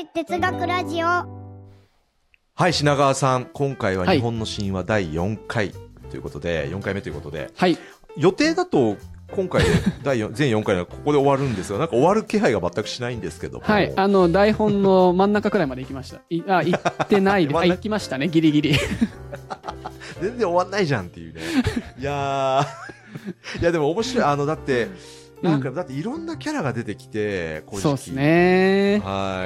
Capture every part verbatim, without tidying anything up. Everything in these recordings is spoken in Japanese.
哲学ラジオ。 はい、品川さん、今回は日本の神話だいよんかいということで、はい、よんかいめということで、はい、予定だと今回でだいよん全よんかいはここで終わるんですが、なんか終わる気配が全くしないんですけども、 はい、あの台本の真ん中くらいまで行きました。いあ行ってないであ行きましたね、ギリギリ全然終わんないじゃんっていうね。いやーいやでも面白い。あのだってなんかだっていろんなキャラが出てきて、 うん、そうですね。 はい。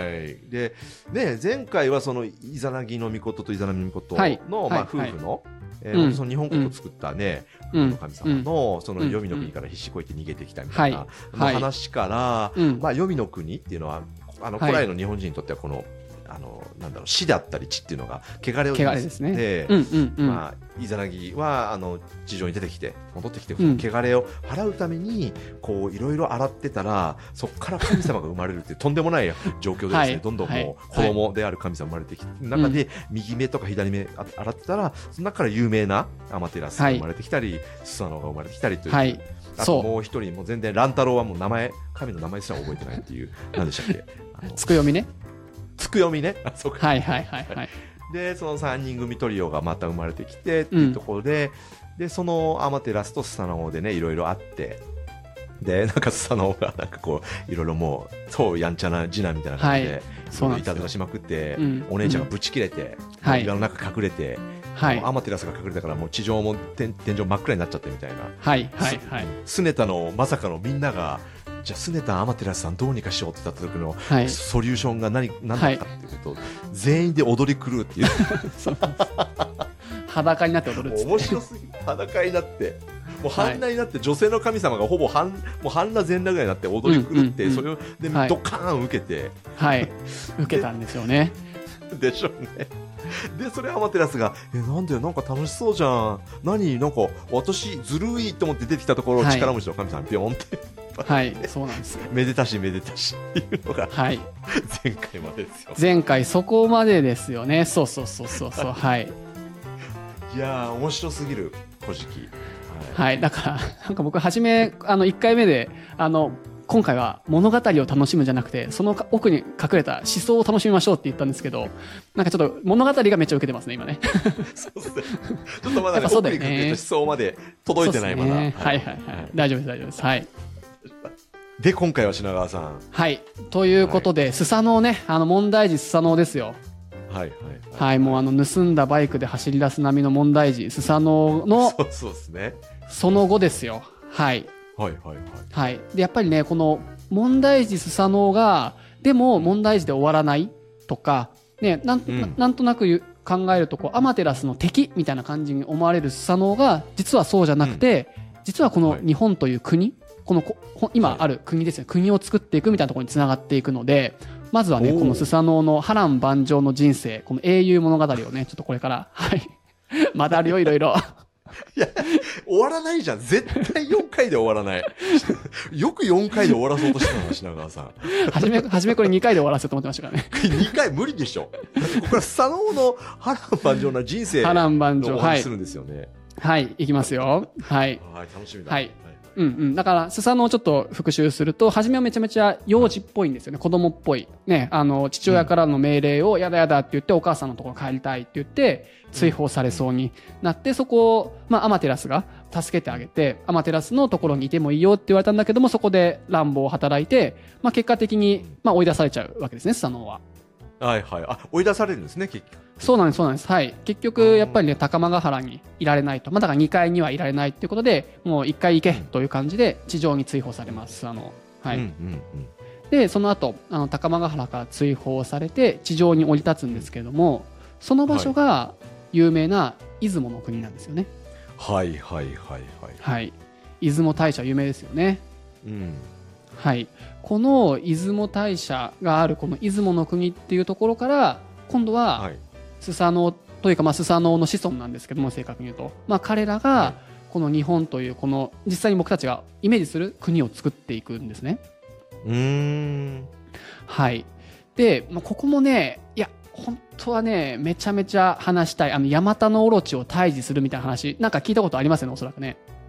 で、ね、前回はそのイザナギの御事とイザナミの御事の、はい、まあ、はい、夫婦の、はい、えーうん、その日本国を作ったね、うん、夫婦の神様の、うん、その黄泉の国から必死こいて逃げてきたみたいな、うん、の話から、はい、まあ黄泉の国っていうのはあの古来の日本人にとってはこの、あのなんだろう死だったり地っていうのが汚れを意味するので、まあイザナギはあの地上に出てきて戻ってきて、うん、汚れを払うためにこういろいろ洗ってたら、そこから神様が生まれるっていうとんでもない状況でですね、はい、どんどんもう子供である神様生まれてきて、はい、中で右目とか左目洗ってたら、その中から有名なアマテラスが生まれてきたり、はい、スサノオが生まれてきたりという、はい、あともう一人もう全然乱太郎はもう名前神の名前すら覚えてないっていう何でしたっけつくよみねつくよみね。あ、そうか。 はいはいはいはい。 で、そのさんにん組トリオがまた生まれてきてっていうところで、うん、で、そのアマテラスとスサノオでね、いろいろあって、で、なんかスサノオがなんかこう、いろいろもう、そうやんちゃな次男みたいな感じで、はい、そうなんですよ。いたずらしまくって、うん、お姉ちゃんがぶち切れて、うん、岩の中隠れて、はい、アマテラスが隠れたからもう地上も天天井真っ暗になっちゃってみたいな。 はいはいはい。 すねたのまさかのみんなが、じゃあスネタンアマテラスさんどうにかしようって言った時の、はい、ソリューションが何何だったっていうと、はい、全員で踊り狂うっていうそう裸になって踊るっつって面白すぎる。裸になってもう半裸になって、はい、女性の神様がほぼ半もう半裸全裸ぐらいになって踊り狂って、うんうんうん、それをで、はい、ドカーン受けて、 はい、受けたんですよね。 でしょうね。でそれアマテラスがえなんでなんか楽しそうじゃん、何なんか私ずるいと思って出てきたところ、はい、力持ちの神様にピョンってはいそうなんですよ。 めでたしめでたしっていうのが、はい、前回までですよ。 前回そこまでですよね。そうそうそうそうそうはいいやー面白すぎる古事記、 はい、はい、だからなんか僕初めあのいっかいめであの今回は物語を楽しむんじゃなくてその奥に隠れた思想を楽しみましょうって言ったんですけど、なんかちょっと物語がめっちゃ受けてますね今ね。 そうですね。ちょっとまだね奥に隠れた思想まで届いてないまだ、ね、 はいはいはい、はい、大丈夫です大丈夫ですはい。 で今回は品川さんはいということで、はい、スサノオね、あの問題児スサノオですよ。はいはいはい、はい、もうあの盗んだバイクで走り出す波の問題児スサノオのそうそうですね、 その後ですよ。はいはいはいはい、はい、でやっぱりねこの問題児スサノオがでも問題児で終わらないとかね、なんと、うん、なんとなく考えるとこうアマテラスの敵みたいな感じに思われるスサノオが実はそうじゃなくて、うん、実はこの日本という国、はい、このこ今ある国ですね、国を作っていくみたいなところにつながっていくので、まずはねこのスサノオの波乱万丈の人生、この英雄物語をねちょっとこれからはいまだあるよいろいろ。 いや終わらないじゃん、絶対よんかいで終わらない。よくよんかいで終わらそうとしたの品川さん。 はじめはじめこれにかいで終わらせようと思ってましたからね。 にかい無理でしょ。だってここからスサノオの波乱万丈な人生の波乱万丈お話するんですよね。 はい、はい、いきますよ。はい。 はい、楽しみだ。 はい。うんうん、だからスサノオをちょっと復習すると、初めはめちゃめちゃ幼児っぽいんですよね、子供っぽいね、あの父親からの命令をやだやだって言って、お母さんのところ帰りたいって言って追放されそうになって、そこを、まあ、アマテラスが助けてあげて、アマテラスのところにいてもいいよって言われたんだけども、そこで乱暴を働いて、まあ、結果的に、まあ、追い出されちゃうわけですね、スサノオは。 はいはい。あ、追い出されるんですね、結局。 そうなんです、そうなんです。はい。結局、やっぱりね、高間ヶ原にいられないと。まあ、だからにかいにはいられないっていうことで、もういっかい行けという感じで、地上に追放されます。あの、はい。うんうんうん、で、その後、あの、高間ヶ原から追放されて、地上に降り立つんですけれども、その場所が有名な出雲の国なんですよね。 はいはいはいはい。 はい。出雲大社有名ですよね。うん。はい。この出雲大社があるこの出雲の国っていうところから、今度は、はい、スサノオというか、まあ、スサノオの子孫なんですけども、正確に言うと、まあ、彼らがこの日本というこの実際に僕たちがイメージする国を作っていくんですね。うーん、はいで、まあ、ここもね、いや本当はねめちゃめちゃ話したい、あのヤマタノオロチを退治するみたいな話なんか聞いたことありますよね、おそらくね。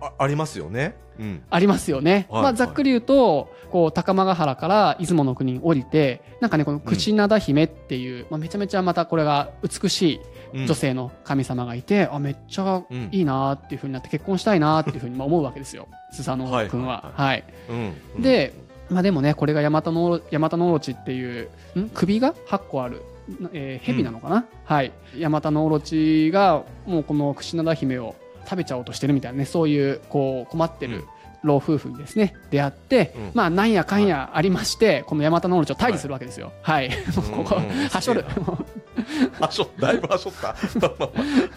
あ, ありますよね、うん、 ありますよね、はい、まあ、ざっくり言うとこう高間ヶ原から出雲の国に降りてなんかねこの櫛灘姫っていう、うんまあ、めちゃめちゃまたこれが美しい女性の神様がいて、うん、あめっちゃいいなっていう風になって結婚したいなっていう風に思うわけですよスサノオ君は。はい、うん、で、まあ、でもねこれがヤマタノオロチっていうん首がはっこある、えー、蛇なのかな、うん、はいヤマタノオロチがもうこの櫛灘姫を食べちゃおうとしてるみたいなねそういうこう困ってる老夫婦にですね出会って、うん、まあなんやかんやありまして、はい、このヤマタノオロチを退治するわけですよ。はい、はい、ここはしょるはしょだいぶはしょった、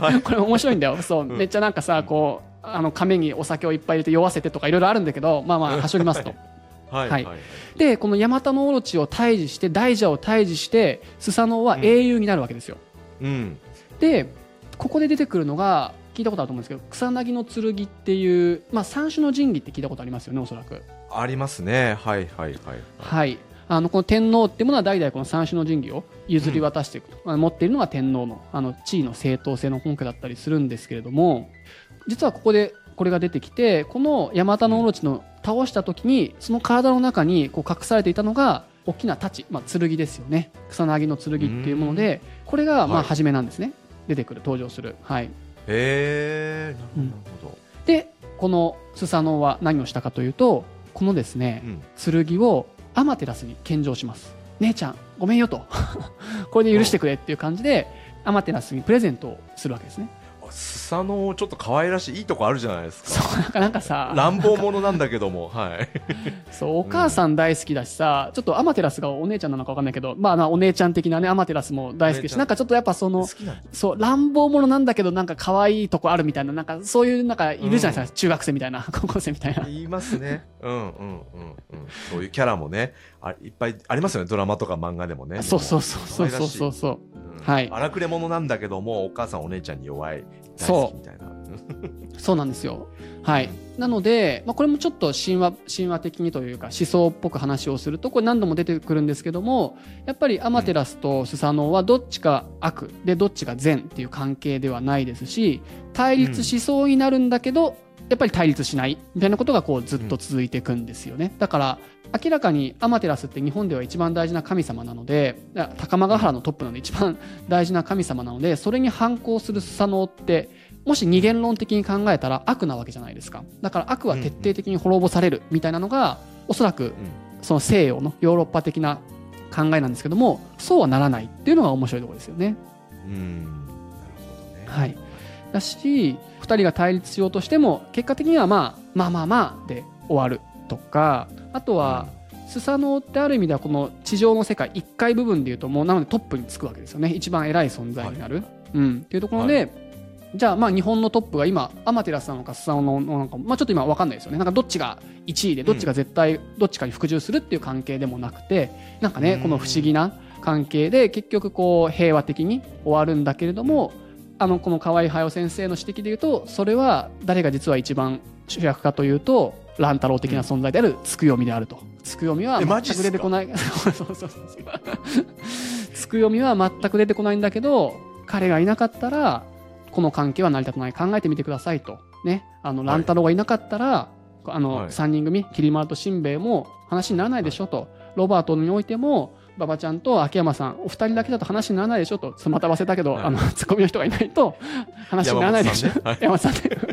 はい、これ面白いんだよ。そう、うん、めっちゃなんかさこうあの亀にお酒をいっぱい入れて酔わせてとかいろいろあるんだけどまあまあはしょりますとはいはいはい、でこのヤマタノオロチを退治して大蛇を退治してスサノオは英雄になるわけですよ、うん、でここで出てくるのが聞いたことあると思うんですけど草薙の剣っていう、まあ、三種の神器って聞いたことありますよねおそらく。 ありますねはいはいはいはい、 はい、あのこの天皇っていうものは代々この三種の神器を譲り渡していくと、うん、持っているのが天皇の、あの地位の正当性の根拠だったりするんですけれども実はここでこれが出てきてこのヤマタノオロチの倒した時にその体の中にこう隠されていたのが大きな太刀、まあ、剣ですよね草薙の剣っていうものでこれがまあ初めなんですね、はい、出てくる登場する。はい、へえなるほど、うん、 でこのスサノオは何をしたかというとこのですね、うん、剣をアマテラスに献上します。姉ちゃんごめんよとこれで許してくれっていう感じでアマテラスにプレゼントをするわけですね。 スサノオちょっと可愛らしいいいとこあるじゃないですか。 そうなんかなんかさ乱暴者なんだけどもはいそうお母さん大好きだしさ、うん、ちょっとアマテラスがお姉ちゃんなのか分かんないけどまあなお姉ちゃん的なねアマテラスも大好きしなんかちょっとやっぱそのそう乱暴者なんだけどなんか可愛いとこあるみたいななんかそういうなんかいるじゃないですか、うん、中学生みたいな高校生みたいな言いますねうんうんうんうんそういうキャラもねあいっぱいありますよねドラマとか漫画でもね。 そうそうそうそうそうそうそう、 うん、はい荒くれ者なんだけどもお母さんお姉ちゃんに弱い大好きみたいなそうそうなんですよ。はい、なので、まあ、これもちょっと神話神話的にというか思想っぽく話をするとこれ何度も出てくるんですけどもやっぱりアマテラスとスサノオはどっちか悪でどっちが善っていう関係ではないですし対立しそうになるんだけど、うん、やっぱり対立しないみたいなことがこうずっと続いていくんですよね。だから明らかにアマテラスって日本では一番大事な神様なので高間ヶ原のトップなので一番大事な神様なのでそれに反抗するスサノオってもし二元論的に考えたら悪なわけじゃないですか。だから悪は徹底的に滅ぼされるみたいなのがおそらくその西洋のヨーロッパ的な考えなんですけどもそうはならないっていうのが面白いところですよね。うん、なるほどね。はい。だしふたりが対立しようとしても結果的にはまあまあまあまあで終わるとかあとは、うん、スサノオってある意味ではこの地上の世界いっかい部分でいうともうなのでトップにつくわけですよね。一番偉い存在になる、はいうん、っていうところで、はいじゃあまあ日本のトップが今アマテラスなのかスサノオなのかまあちょっと今分かんないですよね。なんかどっちがいちいでどっちが絶対どっちかに服従するっていう関係でもなくてなんかねこの不思議な関係で結局こう平和的に終わるんだけれどもあのこの河合隼先生の指摘で言うとそれは誰が実は一番主役かというと乱太郎的な存在であるつくよみであると。つくよみは全く出てこないそうそうそうつくよみは全く出てこないんだけど彼がいなかったらこの関係は成り立たない考えてみてくださいとねあの乱太郎がいなかったら、はい、あのさんにん組桐丸としんべヱも話にならないでしょと、はい、ロバートにおいても馬場ちゃんと秋山さんお二人だけだと話にならないでしょとまた忘れたけど、はい、あのツッコミの人がいないと話にならないでしょ山本さんね、はい、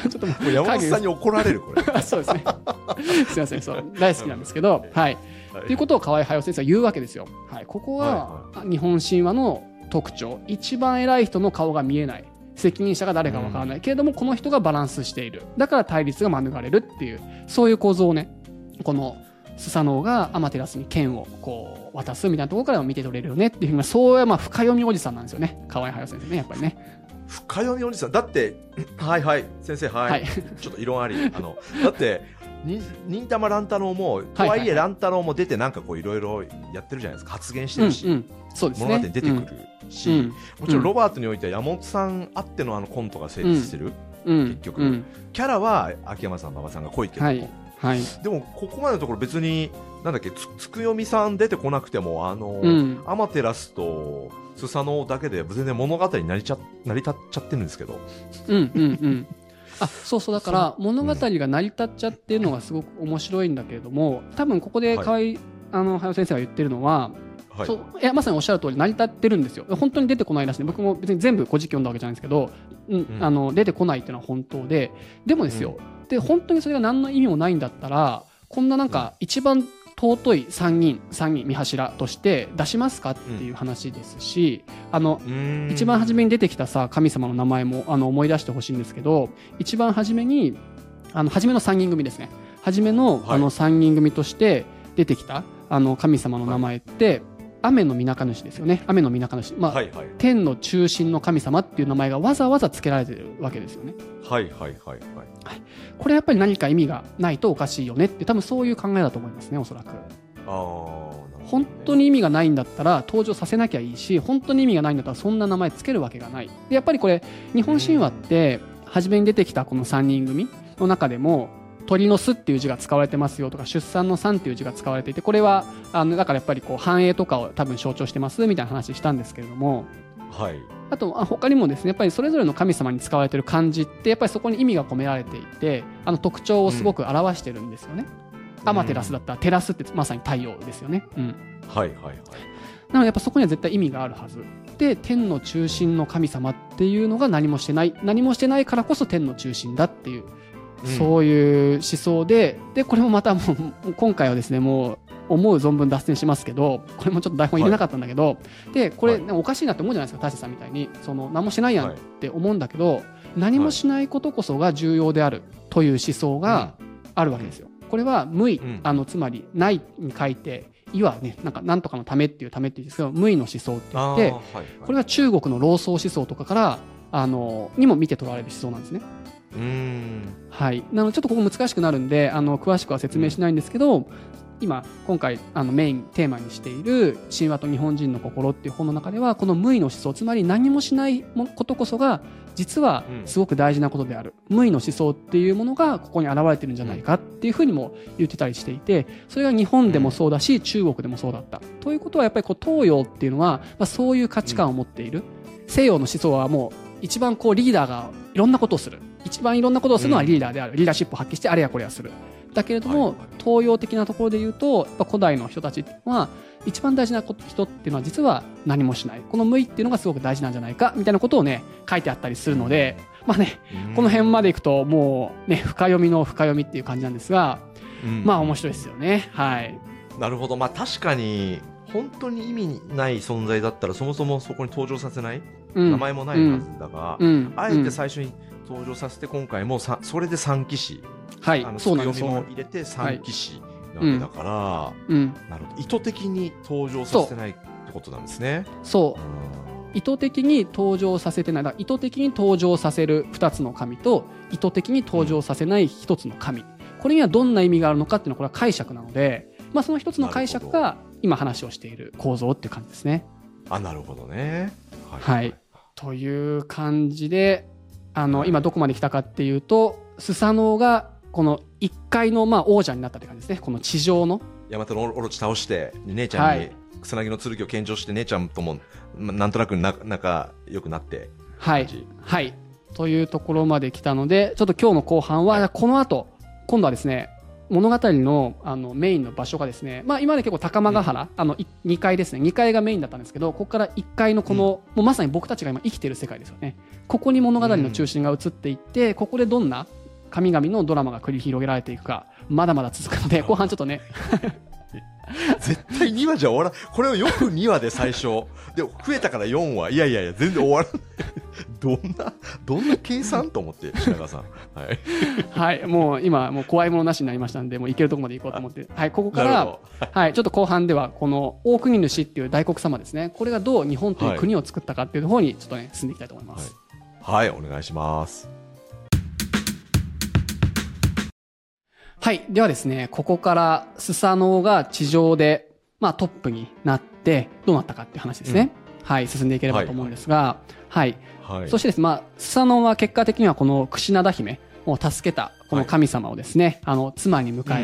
ちょっともう山本さんに怒られるこれそうですねすいませんそう大好きなんですけどはい、はい、ということを河合隼先生は言うわけですよ。はい、ここは日本神話の特徴一番偉い人の顔が見えない責任者が誰かわからない、うん、けれどもこの人がバランスしているだから対立が免れるっていうそういう構造をねこのスサノオがアマテラスに剣をこう渡すみたいなところからも見て取れるよねっていうふうにそういうまあ深読みおじさんなんですよね河合隼先生ねやっぱりね深読みおじさんだってはいはい先生はい、はい、ちょっと異論ありあのだって忍たま乱太郎もとはいえ乱太郎も出てなんかこういろいろやってるじゃないですか発言してるし、うんうん、そうですね、物語に出てくるし、うん、もちろんロバートにおいては山本さんあってのあのコントが成立してる、うん、結局、うん、キャラは秋山さん馬場さんが濃いけども、はいはい、でもここまでのところ別になんだっけつ, つくよみさん出てこなくてもあの、うん、アマテラスとスサノオだけで全然物語になりちゃ成り立っちゃってるんですけどうんうんうんあ、そうそう、だから物語が成り立っちゃってるのがすごく面白いんだけれども、多分ここで河合、はい、あの早尾先生が言ってるのは、はい、そういやまさにおっしゃる通り成り立ってるんですよ。本当に出てこないらしい。僕も別に全部古事記読んだわけじゃないんですけど、うん、あの出てこないっていうのは本当で、でもですよ、うん、で本当にそれが何の意味もないんだったら、こんななんか一番尊い三人三人三柱として出しますかっていう話ですし、うん、あの一番初めに出てきたさ神様の名前もあの思い出してほしいんですけど、一番初めにあの初めの三人組ですね、初めの、はい、あの三人組として出てきたあの神様の名前って、はい、雨の水主ですよね。雨の水主、まあ、はいはい、天の中心の神様っていう名前がわざわざ付けられてるわけですよね。 はいはいはいはい、はい、 これやっぱり何か意味がないとおかしいよねって、多分そういう考えだと思いますね、おそらく。 あー、ね、 本当に意味がないんだったら登場させなきゃいいし、本当に意味がないんだったらそんな名前つけるわけがない。でやっぱりこれ日本神話って初めに出てきたこのさんにん組の中でも鳥の巣っていう字が使われてますよとか、出産の産っていう字が使われていて、これはあのだからやっぱりこう繁栄とかを多分象徴してますみたいな話したんですけれども、 はい、 あとあ他にもですね、やっぱりそれぞれの神様に使われている漢字ってやっぱりそこに意味が込められていて、あの特徴をすごく表してるんですよね。アマテラスだったらテラスってまさに太陽ですよね、うん、 はいはいはい。 なのでやっぱそこには絶対意味があるはずで、天の中心の神様っていうのが何もしてない、何もしてないからこそ天の中心だっていう、うん、そういう思想で、でこれもまたもう今回はですね、もう思う存分脱線しますけど、これもちょっと台本入れなかったんだけど、はい、でこれ、はい、おかしいなって思うじゃないですか、大勢さんみたいにその何もしないやんって思うんだけど、はい、何もしないことこそが重要であるという思想があるわけですよ、うん、これは無為、うん、あのつまりないに書いて意はね、なんかなんとかのためっていうためっていうんですけど、無為の思想って言って、はいはい、これは中国の老荘思想とかからあのにも見て取られる思想なんですね。 うーん、 はい、なのでちょっとここ難しくなるんであの詳しくは説明しないんですけど、うん、今今回あのメインテーマにしている神話と日本人の心っていう本の中では、この無為の思想、つまり何もしないことこそが実はすごく大事なことである、うん、無為の思想っていうものがここに現れてるんじゃないかっていうふうにも言ってたりしていて、それが日本でもそうだし、うん、中国でもそうだったということは、やっぱりこう東洋っていうのは、まあ、そういう価値観を持っている、うん、西洋の思想はもう一番こうリーダーがいろんなことをする、一番いろんなことをするのはリーダーである、うん、リーダーシップを発揮してあれやこれやする。だけれども、はいはい、東洋的なところで言うと、やっぱ古代の人たちは一番大事な人っていうのは実は何もしない、この無為っていうのがすごく大事なんじゃないかみたいなことをね書いてあったりするので、まあね、この辺までいくともうね深読みの深読みっていう感じなんですが、うん、まあ面白いですよね。はい。 なるほど。まあ確かに本当に意味ない存在だったらそもそもそこに登場させない、うん、名前もないはずだが、うん、あえて最初に登場させて、今回もさそれで三騎士、 はい、 あのそうなんです。 読みも入れて三騎士なわけだから、はいうん、なるほど、意図的に登場させてないってことなんですね。 そう、うん、意図的に登場させてない、だから意図的に登場させるふたつの神と意図的に登場させないひとつの神、うん、これにはどんな意味があるのかっていうのはこれは解釈なので、まあ、そのひとつの解釈が今話をしている構造っていう感じですね。 あ、なるほどね。 はい、はい、という感じで、あの、はい、今どこまで来たかっていうと、スサノオがこのいっかいのまあ王者になったって感じですね。この地上のヤマタのオロチ倒して姉ちゃんに草薙の剣を献上して、姉ちゃんともなんとなく仲良くなって、 はいはいというところまで来たので、ちょっと今日の後半は、はい、この後今度はですね、物語 の, あのメインの場所がですね、まあ、今まで結構高間ヶ原、うん、あのにかいですね、にかいがメインだったんですけど、ここからいっかいのこの、うん、もうまさに僕たちが今生きてる世界ですよね。ここに物語の中心が移っていって、うん、ここでどんな神々のドラマが繰り広げられていくか、まだまだ続くので、後半ちょっとね絶対にわじゃ終わらん。これをよくにわで最初で増えたからよんわ、いやいやいや全然終わらないどんなどんな計算と思って品川さん、はい、 はい、もう今もう怖いものなしになりましたんで、もう行けるところまで行こうと思って、はい、ここからはい、ちょっと後半ではこの大国主っていう大黒様ですね、これがどう日本という国を作ったかっていう方にちょっとね進んでいきたいと思います。 はい、はい、お願いします。 はい。ではですね、ここからスサノオが地上で、まあトップになってどうなったかっていう話ですね。うん、はい。進んでいければと思うんですが、はい。はいはい、そしてですね、まあ、スサノオは結果的にはこの櫛灘姫を助けたこの神様をですね、はい、あの、妻に迎えて、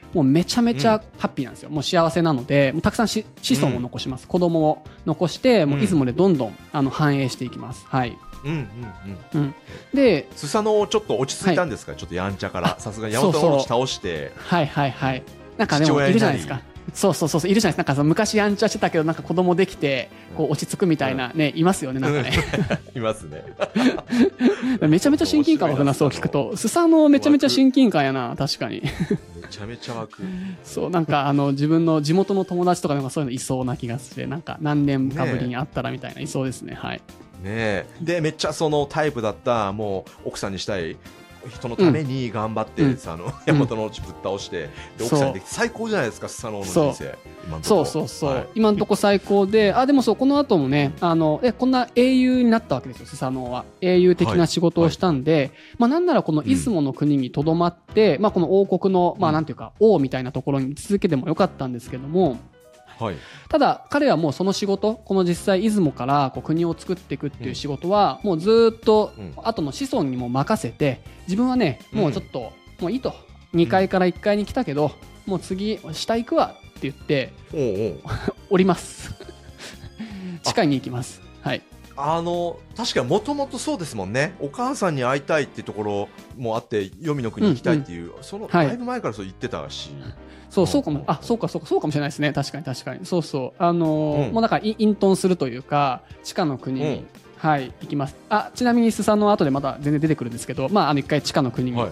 もうめちゃめちゃハッピーなんですよ、うん、もう幸せなのでもうたくさん子孫を残します、うん、子供を残してもう出雲でどんどんあの繁栄していきます。はい。うんうんうんうん、でスサノオちょっと落ち着いたんですか、はい、ちょっとやんちゃからさすがに大和のオロチ倒してはいはいはいなんかでもいるじゃないですか。そうそうそうそういるじゃないですか。なんかその昔やんちゃしてたけどなんか子供できてこう落ち着くみたいなね、うん、いますよねなんかねいますねめちゃめちゃ親近感湧くなそう聞くとスサノオめちゃめちゃ親近感やな確かにめちゃめちゃ湧くそうなんかあの自分の地元の友達とかなんかそういうのいそうな気がしてなんか何年かぶりに会ったらみたいないそうですね。はいねでめっちゃそのタイプだったもう奥さんにしたい人のために頑張って、うん、あの山本のうちぶっ倒して、うん、で奥さんで最高じゃないですかスサノオの人生。今のとこそうそうそう、はい、今のとこ最高であでもそうこの後もねあのえこんな英雄になったわけですよスサノオは。英雄的な仕事をしたんで、はいはい、まあなんならこの出雲の国にとどまって、うん、まあこの王国のまあなんていうか王みたいなところに続けてもよかったんですけども。はい、ただ彼はもうその仕事この実際出雲からこう国を作っていくっていう仕事はもうずっと後の子孫にも任せて自分はねもうちょっともういいとにかいからいっかいに来たけどもう次下行くわって言って降ります地下に行きます。はい。 あの確かにもともとそうですもんね。お母さんに会いたいっていうところもあって黄泉の国に行きたいっていう、うんうん、そのだいぶ前からそう言ってたし、はいそうそうかもあそうかそうかそうかもしれないですね。確かに確かにそうそうあのーうん、もうだから隠遁するというか地下の国に、うん、はい行きます。あちなみにスサノオ後でまた全然出てくるんですけどまああの一回地下の国に行って、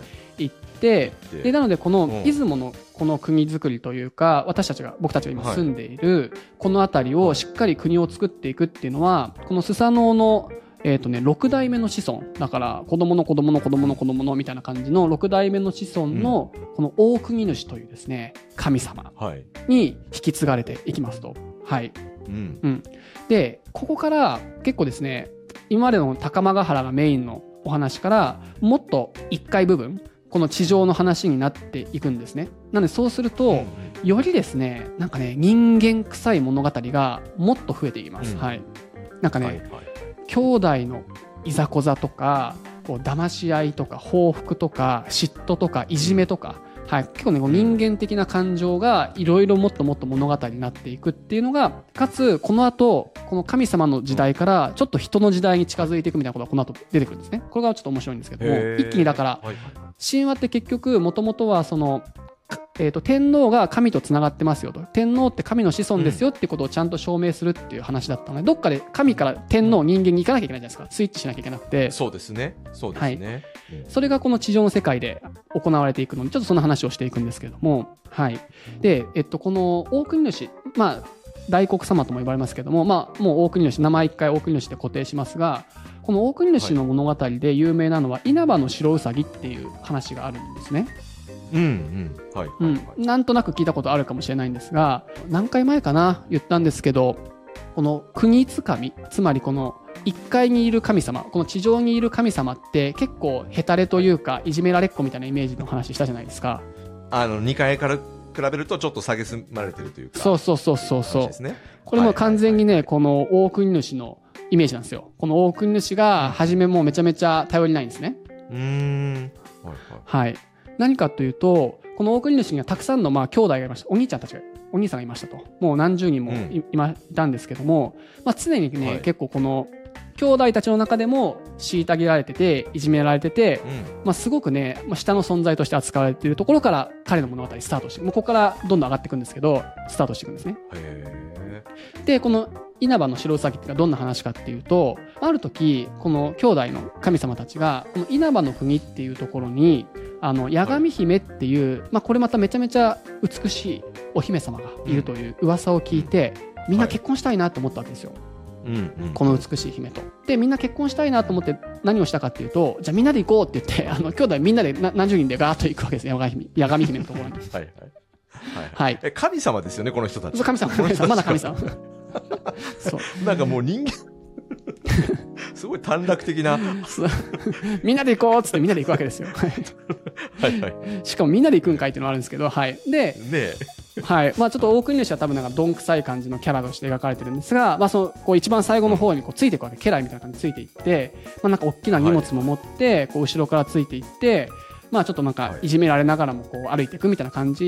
はい、でなのでこの出雲のこの国づくりというか私たちが僕たちが今住んでいるこの辺りをしっかり国を作っていくっていうのはこのスサノオのえーとね、ろく代目の子孫だから子供の子供の子供の子供のみたいな感じのろく代目の子孫のこの大国主というですね神様に引き継がれていきますと。はい、うんうん、でここから結構ですね今までの高間ヶ原がメインのお話からもっといっかい部分この地上の話になっていくんですね。なのでそうするとよりですねなんかね人間臭い物語がもっと増えていきます。うん、はい、なんかね、はいはい兄弟のいざこざとかこう騙し合いとか報復とか嫉妬とかいじめとか、はい、結構ねこう人間的な感情がいろいろもっともっと物語になっていくっていうのがかつこの後この神様の時代からちょっと人の時代に近づいていくみたいなことがこの後出てくるんですね。これがちょっと面白いんですけども一気にだから神話って結局もともとはそのえー、と天皇が神とつながってますよと天皇って神の子孫ですよっていうことをちゃんと証明するっていう話だったのでどっかで神から天皇人間に行かなきゃいけないじゃないですかスイッチしなきゃいけなくてそうですねそうですね、 はい、それがこの地上の世界で行われていくのでちょっとその話をしていくんですけどもはいで、えっと、この大国主まあ大国様とも呼ばれますけども、まあ、もう大国主名前一回大国主で固定しますがこの大国主の物語で有名なのは稲葉の白うさぎっていう話があるんですね。うんうんはいはいはいうん、なんとなく聞いたことあるかもしれないんですが何回前かな言ったんですけどこの国津神つまりこのいっかいにいる神様この地上にいる神様って結構ヘタレというかいじめられっ子みたいなイメージの話したじゃないですか。 あのにかいから比べるとちょっと蔑まれてるというかそうそうそうそうそう、ね、これも完全にね、はいはいはい、この大国主のイメージなんですよ。この大国主が初めもうめちゃめちゃ頼りないんですね。うーんはいはい、はい何かというとこの大国主にはたくさんのまあ兄弟がいましたお兄ちゃんたちがお兄さんがいましたともう何十人も い,、うん、い, まいたんですけども、まあ、常にね、はい、結構この兄弟たちの中でも虐げられてていじめられてて、うんまあ、すごくね、まあ、下の存在として扱われているところから彼の物語スタートしてもうここからどんどん上がっていくんですけどスタートしていくんですね。へでこの稲葉の白うさぎっていうのはどんな話かっていうとある時この兄弟の神様たちがこの稲葉の国っていうところにあの八神姫っていう、まあ、これまためちゃめちゃ美しいお姫様がいるという噂を聞いて、うん、みんな結婚したいなと思ったわけですよ、はい、この美しい姫と。でみんな結婚したいなと思って何をしたかっていうとじゃあみんなで行こうって言ってあの兄弟みんなで何十人でガーッと行くわけですね八神姫、八神姫のところにはいはい、 はいはい、神様ですよねこの人たち。 神様神様まだ神様そうなんかもう人間すごい短絡的なみんなで行こうっつってみんなで行くわけですよはい、はい、しかもみんなで行くんかいっていうのがあるんですけど、はい、で、ねはいまあ、ちょっと大国主は多分なんかどんくさい感じのキャラとして描かれてるんですが、まあ、そのこう一番最後の方にこうついていくわけ、家来みたいな感じでついていって、まあ、なんか大きな荷物も持ってこう後ろからついていって、まあ、ちょっとなんかいじめられながらもこう歩いていくみたいな感じ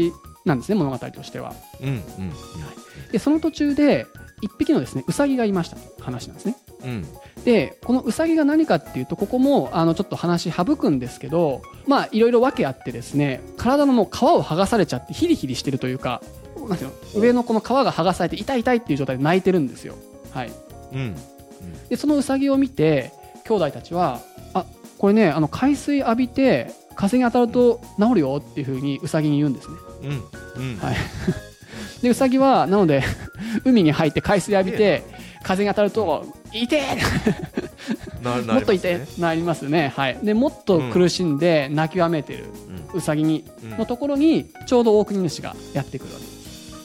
なんですね、物語としては。 うんうんうん、 でその途中で一匹のですねウサギがいましたという話なんですね。 うん、 でこのウサギが何かっていうと、ここもあのちょっと話省くんですけど、まあいろいろ訳あってですね、体のもう皮を剥がされちゃってヒリヒリしてるというか、なんていうの、上のこの皮が剥がされて痛い痛いっていう状態で泣いてるんですよ。はい。 うん、 でそのウサギを見て兄弟たちは、あ、これね、あの海水浴びて風に当たると治るよっていう風にウサギに言うんですね。 うんうん、 はい。でウサギはなので海に入って海水浴びて風に当たると痛えもっと痛えなりますね。はい。でもっと苦しんで泣きわめてるウサギにのところにちょうど大国主がやってくるわけです。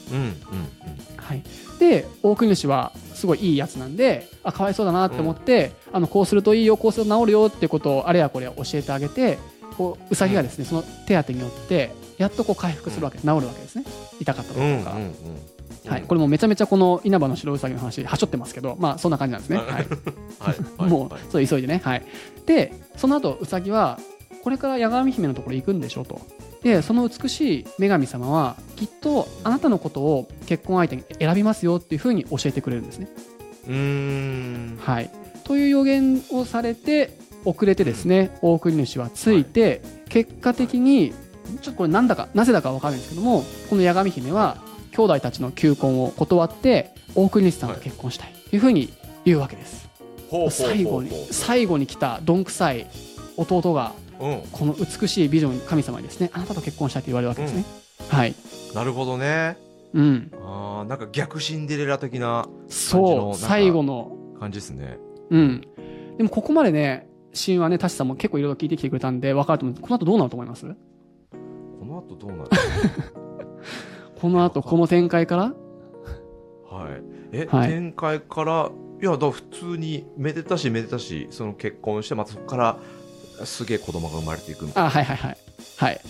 うんうんうん、 はい。で大国主はすごいいいやつなんで、あ、かわいそうだなって思って、うん、あのこうするといいよ、こうすると治るよってことをあれやこれや教えてあげて、こうウサギがですね、その手当てによってやっとこう回復するわけ、うん、治るわけですね。痛かったところが、うんうんうん、はい、これもめちゃめちゃこの稲葉の白ウサギの話はしょってますけど、まあそんな感じなんですね。はいはい、もうそう急いでね。はい。でその後ウサギはこれから八神姫のところ行くんでしょと。でその美しい女神様はきっとあなたのことを結婚相手に選びますよっていうふうに教えてくれるんですね。 うーん、 はい、という予言をされて遅れてですね、大国主はついて、結果的にちょっとこれなんだかなぜだか分からないんですけども、この八神姫は兄弟たちの求婚を断って大国主さんと結婚したいというふうに言うわけです。最後に最後に来たどんくさい弟がこの美しい美女の神様にですね、あなたと結婚したいと言われるわけですね。うん、はい。 なるほどね。 うん。 ああ、なんか逆シンデレラ的な感じの、そう、最後の感じですね。 うん。でもここまでね、神話ね、タシさんも結構いろいろ聞いてきてくれたんで分かると思うんです。この後どうなると思います？ この後どうなる？ この後この展開から？ はい。え、はい、展開からいやだ普通にめでたしめでたしその結婚してまたそこからすげえ子供が生まれていくみたいな。 あ、はいはいはいはい、はい、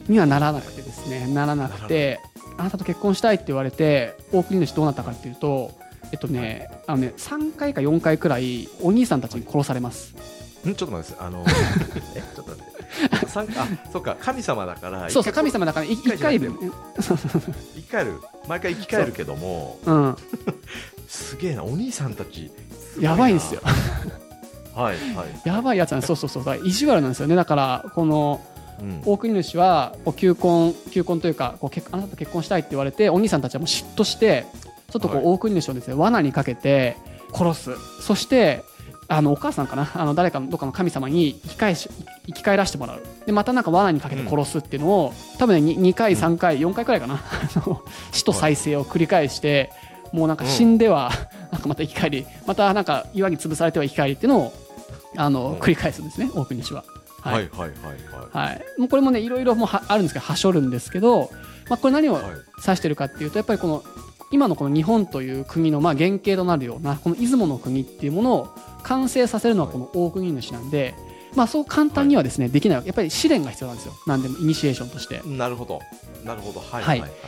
にはならなくてですね、ならなくて、あなたと結婚したいって言われて大国主どうなったかっていうと、えっとね、あのねさんかいかよんかいくらいお兄さんたちに殺されます。 んちょっと待ってあのえちょっと待ってあ、そうか神様だからそうそう神様だからいっかいいる生き返る毎回生き返るけども、 うん、 すげえなお兄さんたちやばいんですよはいはいやばいやつなんです。そうそうそう意地悪なんですよね。だからこの大国主はこう求婚求婚というかこう結あなたと結婚したいって言われてお兄さんたちはもう嫉妬してちょっとこう大国主をですね罠にかけて殺す。そしてあのお母さんかなあの誰かのどっかの神様に生き返し生き返らせてもらう。でまたなんか罠にかけて殺すっていうのを、うん、多分ね 2, にかいさんかいよんかいくらいかな死と再生を繰り返してもうなんか死んでは、うん、なんかまた生き返りまたなんか岩に潰されては生き返りっていうのをあの、うん、繰り返すんですね大国主は。 はいはいはいはい、はい、もうこれもねいろいろもあるんですけどはしょるんですけど、まあ、これ何を指してるかっていうとやっぱりこの今のこの日本という国のまあ原型となるようなこの出雲の国っていうものを完成させるのはこの大国主なんで、まあ、そう簡単にはですね、はい、できない。やっぱり試練が必要なんですよ。何でもイニシエーションとして。 なるほどなるほどはいはいはい、はい、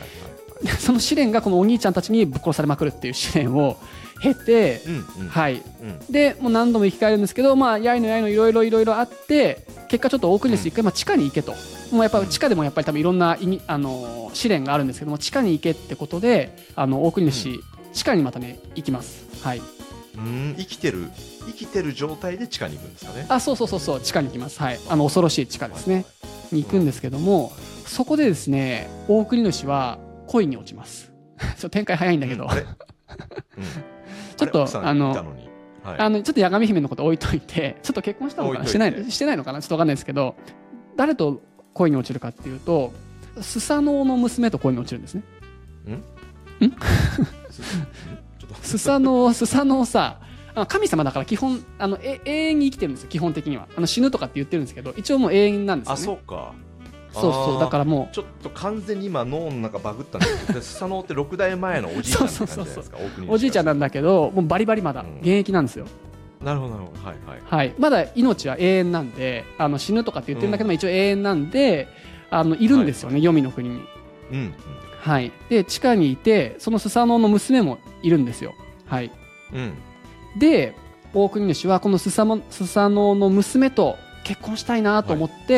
その試練がこのお兄ちゃんたちにぶっ殺されまくるっていう試練を経て、うんうん、はい、うん、でもう何度も生き返るんですけど、まあ、やいのやいのいろいろいろいろあって結果ちょっと大国主一回、まあ、地下に行けと。もうやっぱ地下でもやっぱり多分いろんなあの試練があるんですけども地下に行けってことであの大国主、うん、地下にまたね行きます。はい。 うん生きてる生きてる状態で地下に行くんですかね。 あ、そうそうそうそう地下に行きます。はい。あの恐ろしい地下ですね、はいはい、に行くんですけども、うん、そこでですね大国主は恋に落ちます。ちょっと展開早いんだけど、うん、あれ、うん、ちょっとあの、はい、あのちょっと八神姫のこと置いといてちょっと結婚したのかなしてないしてないのかなちょっと分かんないですけど誰と恋に落ちるかっていうとスサノオの娘と恋に落ちるんですね。んんスサノオスサノオさ神様だから基本あの永遠に生きてるんですよ。基本的にはあの死ぬとかって言ってるんですけど一応もう永遠なんですよね。 あ、そうか。 そうそうだからもうちょっと完全に今脳の中バグったんですけどスサノオってろくだいまえのおじいちゃんって感じじゃないですか。 おじいちゃんなんだけどもうバリバリまだ現役なんですよ。 うん、なるほどなるほどはいはい、 はい、まだ命は永遠なんであの死ぬとかって言ってるんだけど、うん、一応永遠なんであのいるんですよね、はい、黄泉の国に。 うんうんはい、で地下にいてそのスサノオの娘もいるんですよ。はい、 うん、で大国主はこのスサノオの娘と結婚したいなと思って、はい、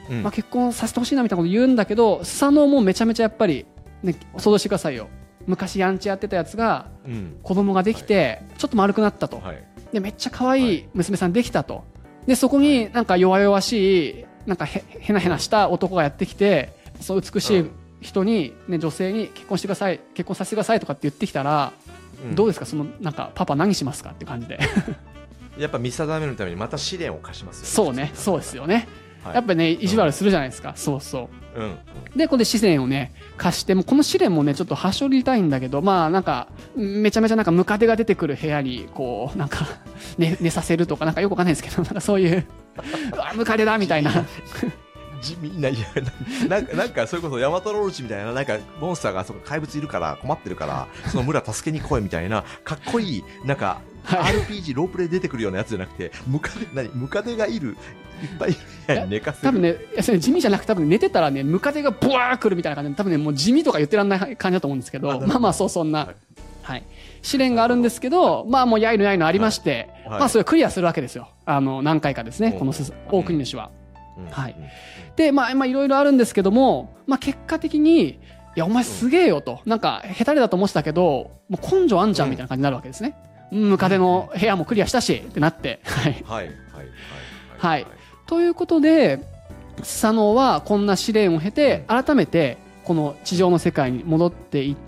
うん、まあ、結婚させてほしいなみたいなこと言うんだけど、スサノオもめちゃめちゃやっぱり、ね、想像してくださいよ。昔ヤンチやってたやつが子供ができてちょっと丸くなったと、はい、でめっちゃ可愛い娘さんできたと、でそこになんか弱々しいなんかへへなへなした男がやってきて、そう美しい人に、ね、女性に結婚してください、結婚させてくださいとかって言ってきたら、うん、どうですか、そのなんかパパ何しますかって感じでやっぱ見定めるためにまた試練を課しますよね。 そうね、そうですよね、はい、やっぱね意地悪するじゃないですか、うん、そうそう、うん、でここで試練をね貸して、もこの試練もねちょっとはしょりたいんだけど、まあなんかめちゃめちゃなんかムカデが出てくる部屋にこうなんか 寝, 寝させるとかなんかよくわかんないですけど、なんかそういううわムカデだみたいな地味ないやな, な, なんかそれこそヤマトロロチみたいななんかモンスターがそこ怪物いるから困ってるからその村助けに来いみたいなかっこいいなんか アールピージー ロープレイ出てくるようなやつじゃなくて、ムカデ何ムカデがいるいっぱいいる部屋に寝かせる。 多分ねそれ地味じゃなくて、多分寝てたらねムカデがブワー来るみたいな感じで、多分ねもう地味とか言ってらんない感じだと思うんですけど、まあまあそうそんな、はいはい、試練があるんですけど、まあもうやいのやいのありまして、はいはい、まあそれをクリアするわけですよ。あの何回かですね、この大国主は、うん、はい、でまあまあいろいろあるんですけども、まあ結果的にいやお前すげえよと、なんか下手れだと思ってたけどもう根性あんじゃんみたいな感じになるわけですね。ムカデの部屋もクリアしたしってなって、はいはいはいはい、ということでスサノオはこんな試練を経て改めてこの地上の世界に戻っていって、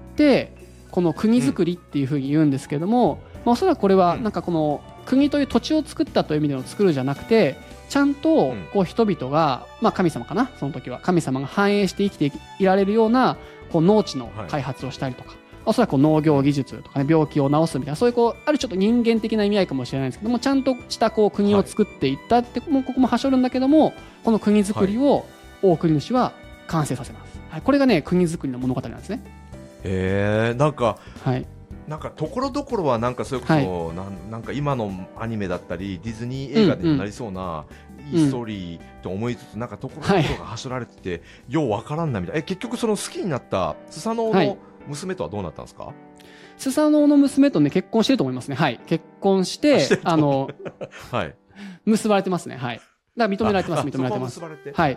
この国づくりっていうふうに言うんですけども、まあ、おそらくこれはなんかこの国という土地を作ったという意味での作るじゃなくて、ちゃんとこう人々が、まあ、神様かな、その時は神様が繁栄して生きていられるようなこう農地の開発をしたりとか、はい、おそらく農業技術とかね、病気を治すみたいな、そういうこうあるちょっと人間的な意味合いかもしれないんですけども、ちゃんとしたこう国を作っていったって、はい、もうここもはしょるんだけども、この国づくりを大国主は完成させます、はい、これがね国づくりの物語なんですね。 へえ、なんか、はい、なんかところどころはなんかそれこそ、はい、なん、なんか今のアニメだったりディズニー映画になりそうな、うんうん、いいストーリーと思いつつ、うん、なんかところどころがはしょられてて、はい、ようわからんなみたいな。え結局その好きになったスサノオの娘とはどうなったんですか？はい、 スサノオの娘とね結婚してると思いますね。はい、結婚してあのはい、結ばれてますね。はい、だから認められてます。認められてます。はい、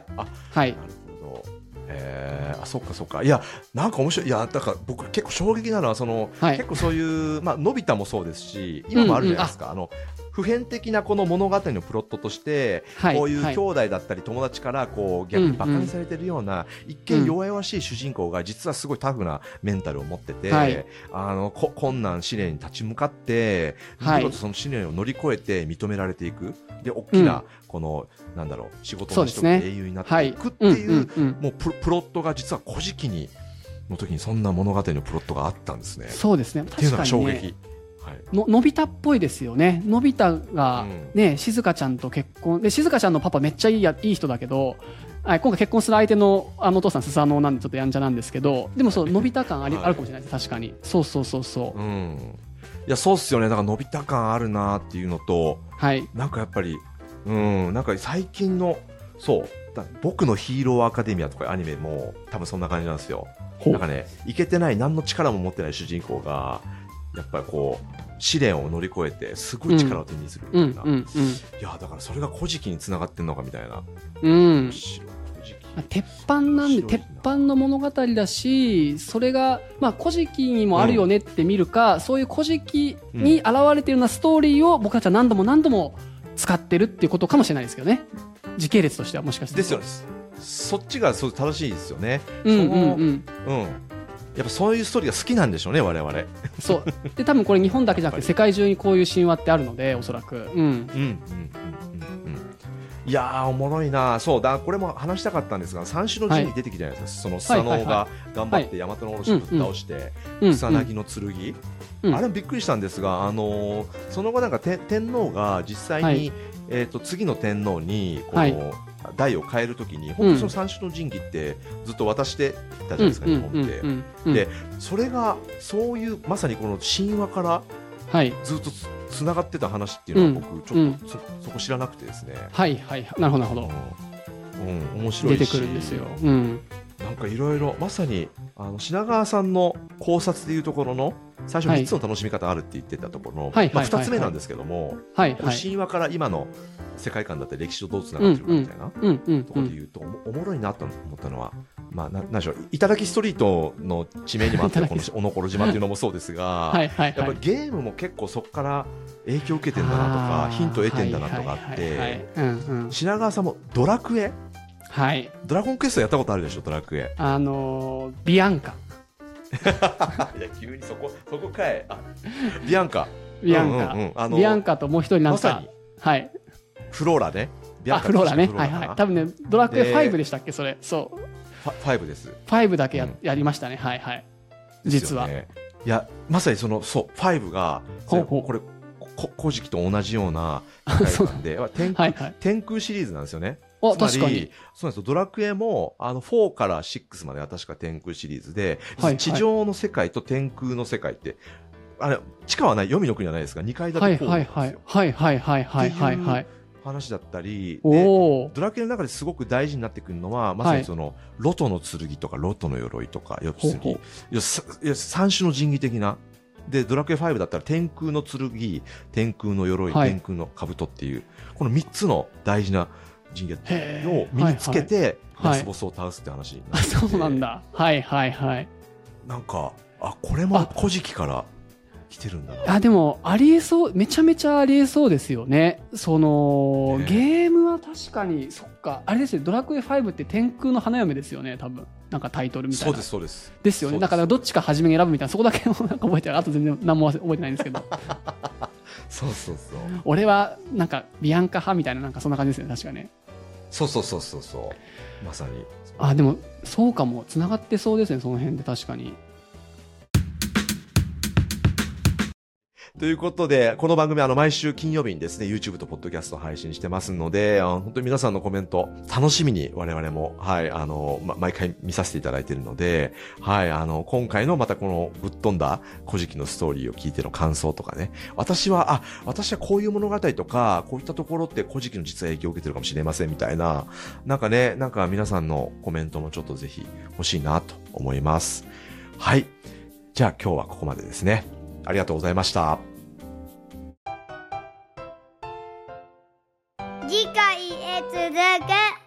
あ、はい。なるほど。 えー、あそっかそっか。いやなんか面白い。いやだから僕結構衝撃なのはその、はい、結構そういうまあのび太もそうですし、今もあるじゃないですか。うんうん、あの普遍的なこの物語のプロットとして、はい、こういう兄弟だったり友達からこう逆にバカにされてるような、うんうん、一見弱々しい主人公が実はすごいタフなメンタルを持ってて、はい、あのこ困難試練に立ち向かって、はい、見事その試練を乗り越えて認められていく。で大きなこの、うん、なんだろう仕事の人が英雄になっていくっていうもう プ, プロットが実は古事記にの時にそんな物語のプロットがあったんですね。 そうですね。 っていうのが衝撃。はい、 の, のび太っぽいですよね。のび太が、ね、うん、静香ちゃんと結婚で、静香ちゃんのパパめっちゃいいやいい人だけど、はい、今回結婚する相手のあのお父さんスサノオなんでちょっとやんちゃなんですけど、でもそうのび太感あり、はい、あるかもしれないです。確かにそうそうそうそう、うん、 いやそうっすよね。だからのび太感あるなっていうのと、はい、なんかやっぱり、うん、なんか最近のそうだ僕のヒーローアカデミアとかアニメも多分そんな感じなんですよ。なんかね、いけてない何の力も持ってない主人公がやっぱりこう試練を乗り越えてすごい力を手にするみたいな、うんうんうんうん、いやだからそれが古事記につながってんのかみたいな、うん、 鉄板なんで鉄板の物語だし、それがまあ古事記にもあるよねって見るか、うん、そういう古事記に現れているようなストーリーを僕たちは何度も何度も使ってるっていうことかもしれないですけどね。時系列としてはもしかしてですよね。そっちがそう正しいですよね。 うんうんうん、うん、 やっぱそういうストーリーが好きなんでしょうね我々。 そうで多分これ日本だけじゃなくて世界中にこういう神話ってあるのでおそらく、うんうんうんうんうん、 いやーおもろいな。そうだこれも話したかったんですが三種の神に出てきたじゃないですか、はい、そのスサノオが頑張って大和のおろしをぶっ倒して、はいはいはい、草薙の剣、うんうん、あれもびっくりしたんですが、あのー、その後なんか天皇が実際に、はい、えー、と次の天皇にこの、はい、代を変えるときに本当にその三種の神器ってずっと渡してたじゃないですか、うん、日本って、うんうんうん、でそれがそういうまさにこの神話からずっとつ、つながってた話っていうのは僕ちょっと そ,、うん、そこ知らなくてですね。 はいはいなるほどなるほど、 うん、面白いし出てくるんですよ、うん、 なんかいろいろまさにあの品川さんの考察でいうところの最初みっつの楽しみ方あるって言ってたところの、はいまあ、ふたつめなんですけども、はいはい、神話から今の世界観だって歴史とどうつながってるかみたいなところで言うと お, おもろいなと思ったのは、まあ、ななんでしょう、頂きストリートの地名にもあってこのおのころ島っていうのもそうですがはいはい、はい、やっぱゲームも結構そこから影響を受けてんだなとかヒントを得てんだなとかあって品川さんもドラクエ、はい、ドラゴンクエストやったことあるでしょ。ドラクエあのー、ビアンカいや急にそこそこかいあビアンカビアンカ、うんうんうん、あのビアンカともう一人なんか、まさにはいフローラねビアンカあフローラねはいはい多分ねドラクエファイブでしたっけそれそうファイブです。 ファイブだけ や,、うん、やりましたねはいはい実は、 ね、いやまさにそのそうファイブがほうほうこれ古事記と同じような感で天空、はいはい、天空シリーズなんですよね。 あ確かにそうなんですよ。ドラクエもあのフォーからシックスまでは確か天空シリーズで、はいはい、地上の世界と天空の世界ってあれ地下はない、黄泉の国はないですがにかい建てフォーなんですよ。 はいはいはいはいはいはいはい話だったりでドラクエの中ですごく大事になってくるのはまさにその、はい、ロトの剣とかロトの鎧とかよつぎ三種の神器的なでドラクエファイブだったら天空の剣天空の鎧、はい、天空の兜っていうこのみっつの大事な神器を身につけてラスボスを倒すって話になって、 はい、そうなんだはいはいはいなんかあこれも古事記から来てるんだな。 あでもありえそうめちゃめちゃありえそうですよね。その、ね、ゲームは確かにそっかあれですよドラクエファイブって天空の花嫁ですよね多分なんかタイトルみたいな。 そうですそうですですよね。だからどっちか初めに選ぶみたいなそこだけなんか覚えてるあと全然何も覚えてないんですけどそうそうそう俺はなんかビアンカ派みたいななんかそんな感じですよね確かね。 そうそうそうそうそうまさにあでもそうかもつながってそうですねその辺で確かに。 ということで、この番組はあの毎週金曜日にですね、YouTube と Podcast を配信してますので、あの本当に皆さんのコメント、楽しみに我々も、はい、あの、ま、毎回見させていただいているので、はい、あの、今回のまたこのぶっ飛んだ古事記のストーリーを聞いての感想とかね、私は、あ、私はこういう物語とか、こういったところって古事記の実は影響を受けてるかもしれませんみたいな、なんかね、なんか皆さんのコメントもちょっとぜひ欲しいなと思います。はい。じゃあ今日はここまでですね。ありがとうございました。 次回へ続く。